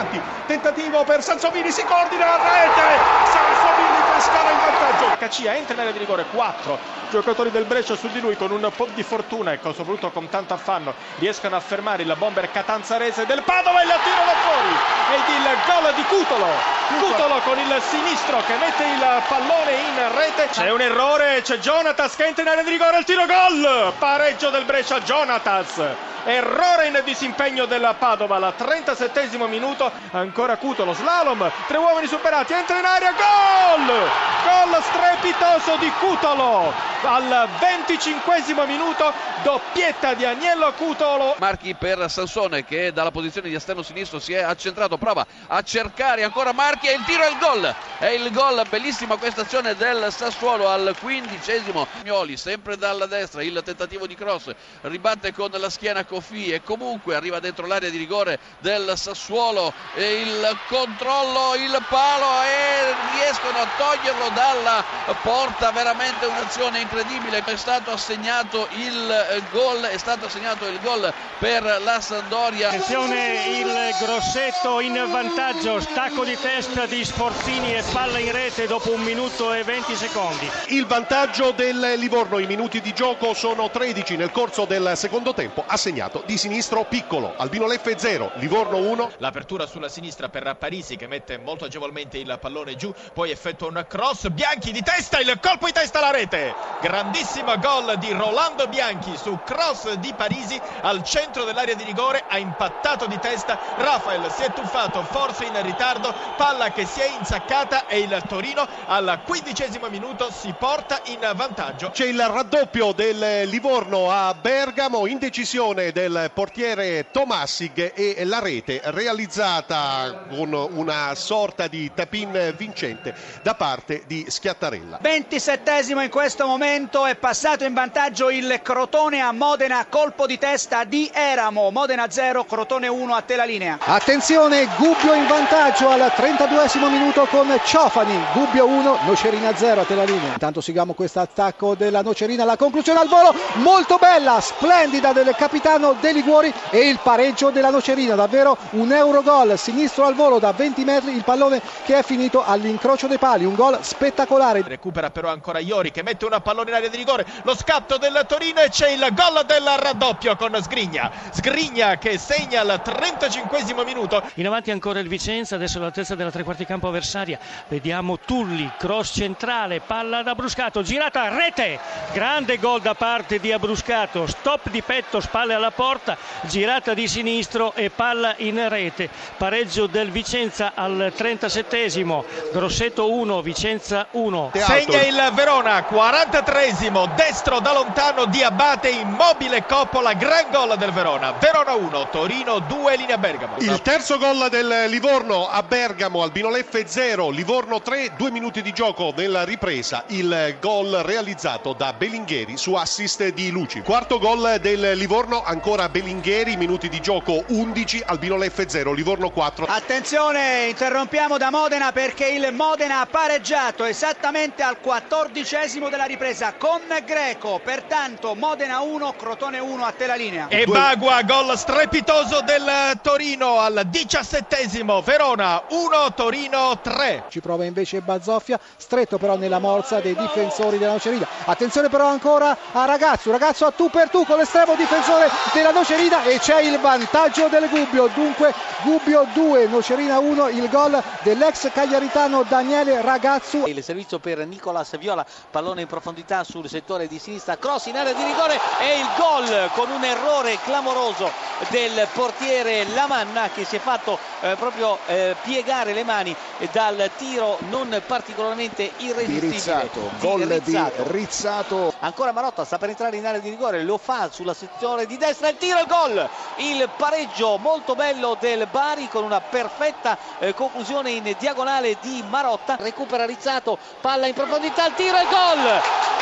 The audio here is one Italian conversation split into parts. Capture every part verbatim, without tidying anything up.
avanti, tentativo per Sansovini, si coordina la rete, Sansovini che scala in vantaggio. Cacia entra in area di rigore, quattro giocatori del Brescia su di lui con un po' di fortuna e soprattutto con tanto affanno riescono a fermare il bomber catanzarese del Padova, il tiro da fuori ed il gol di Cutolo. Cutolo con il sinistro che mette il pallone in rete, c'è un errore, c'è Jonatas che entra in area di rigore, il tiro gol, pareggio del Brescia. Jonatas, errore in disimpegno del Padova al trentasettesimo minuto, ancora Cutolo, slalom, tre uomini superati, entra in area, gol! Gol strepitoso di Cutolo al venticinquesimo minuto, doppietta di Agnello Cutolo. Marchi per Sansone che dalla posizione di esterno sinistro si è accentrato, prova a cercare ancora Marchi e il tiro è il gol, è il gol, bellissima questa azione del Sassuolo al quindicesimo. Mioli sempre dalla destra, il tentativo di cross, ribatte con la schiena Coffi e comunque arriva dentro l'area di rigore del Sassuolo, e il controllo, il palo e riescono a toglierlo dalla porta, veramente un'azione incredibile. È stato assegnato il gol, è stato assegnato il gol per la Sampdoria. Attenzione, il Grosseto in vantaggio, stacco di testa di Sforzini e palla in rete dopo un minuto e venti secondi. Il vantaggio del Livorno, i minuti di gioco sono tredici nel corso del secondo tempo, ha segnato di sinistro Piccolo. Albino Leffe zero, Livorno uno. L'apertura sulla sinistra per Parisi che mette molto agevolmente il pallone giù, poi effettua un cross, Bianchi di testa, il colpo di testa alla rete, grandissimo gol di Rolando Bianchi su cross di Parisi al centro dell'area di rigore, ha impattato di testa, Rafael si è tuffato forse in ritardo, palla che si è insaccata e il Torino al quindicesimo minuto si porta in vantaggio. C'è il raddoppio del Livorno a Bergamo, indecisione del portiere Tomassig e la rete realizzata con una sorta di tap-in vincente da parte di Schiattarella. ventisettesimo in questo momento, è passato in vantaggio il Crotone a Modena, colpo di testa di Eramo, Modena zero, Crotone uno, a te la linea. Attenzione, Gubbio in vantaggio al trentaduesimo minuto con Ciofani, Gubbio uno, Nocerina zero, a te la linea. Intanto seguiamo questo attacco della Nocerina, la conclusione al volo, molto bella, splendida del capitano De Liguori e il pareggio della Nocerina, davvero un eurogol, sinistro al volo da venti metri, il pallone che è finito all'incrocio dei pali, un gol spettacolare. Recupera però ancora Iori che mette un pallone in area di rigore, lo scatto del Torino e c'è il gol del raddoppio con Sgrigna, Sgrigna che segna al trentacinquesimo minuto. In avanti ancora il Vicenza, adesso all'altezza della tre quarti campo avversaria, vediamo Tulli, cross centrale, palla da Bruscato, girata a rete, grande gol da parte di Abruscato, stop di petto, spalle alla porta, girata di sinistro e palla in rete, pareggio del Vicenza al trentasettesimo, Grosseto uno, Vicenza uno. Segna il Verona, quarantatreesimo, destro da lontano di Abate, immobile Coppola, gran gol del Verona, Verona uno, Torino due, linea Bergamo. Il terzo gol del Livorno a Bergamo, Albino Leffe zero, Livorno tre, due minuti di gioco nella ripresa, il gol realizzato da Bellingheri su assist di Luci. Quarto gol del Livorno, ancora Bellingheri, minuti di gioco undici, Albino Leffe zero, Livorno quattro. Attenzione, interrompiamo da Modena perché il Modena ha pareggiato esattamente al quattordicesimo della ripresa con Greco, pertanto Modena uno, Crotone uno, a te la linea. E Bagua, gol strepitoso del Torino al diciassettesimo, Verona uno, Torino tre. Ci prova invece Bazzoffia, stretto però nella morsa dei difensori della Nocerina. Attenzione però ancora a Ragazzo, Ragazzo a tu per tu con l'estremo difensore della Nocerina e c'è il vantaggio del Gubbio, dunque Gubbio due, Nocerina uno, il gol dell'ex cagliaritano Daniele Ragazzu. Il servizio per Nicolas Viola, pallone in profondità sul settore di sinistra, cross in area di rigore e il gol con un errore clamoroso del portiere Lamanna che si è fatto eh, proprio eh, piegare le mani dal tiro non particolarmente irresistibile. Rizzato, gol di Rizzato. Ancora Marotta sta per entrare in area di rigore, lo fa sulla settore di destra, il tiro, il gol, il pareggio molto bello del Bari con una perfetta eh, conclusione in diagonale di Marotta, recupera Rizzato, palla in profondità, il tiro e il gol.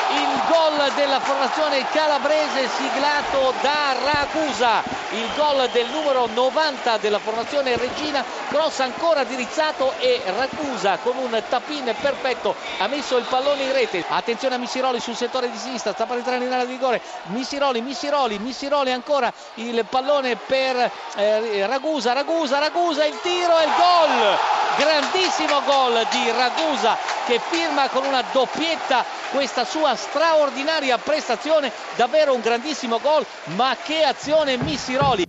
il gol della formazione calabrese siglato da Ragusa, il gol del numero novanta della formazione reggina, cross ancora dirizzato e Ragusa con un tap-in perfetto ha messo il pallone in rete. Attenzione a Missiroli sul settore di sinistra, sta per entrare in area di rigore, Missiroli, Missiroli, Missiroli ancora il pallone per eh, Ragusa, Ragusa, Ragusa, il tiro e il gol! Grandissimo gol di Ragusa che firma con una doppietta questa sua straordinaria prestazione, davvero un grandissimo gol, ma che azione Missiroli!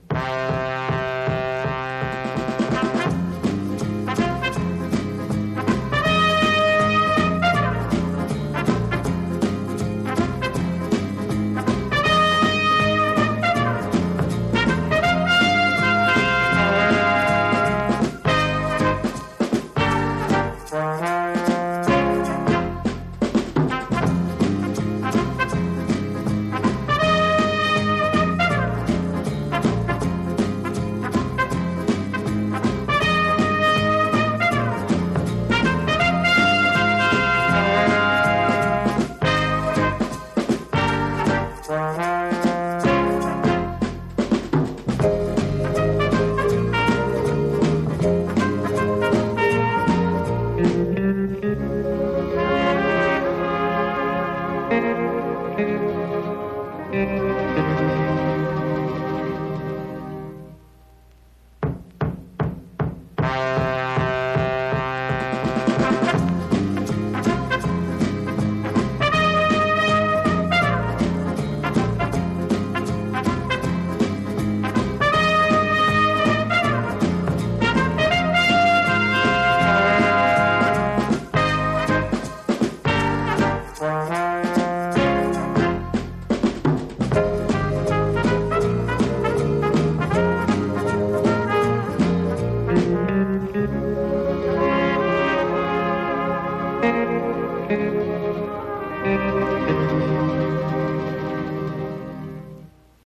Thank you.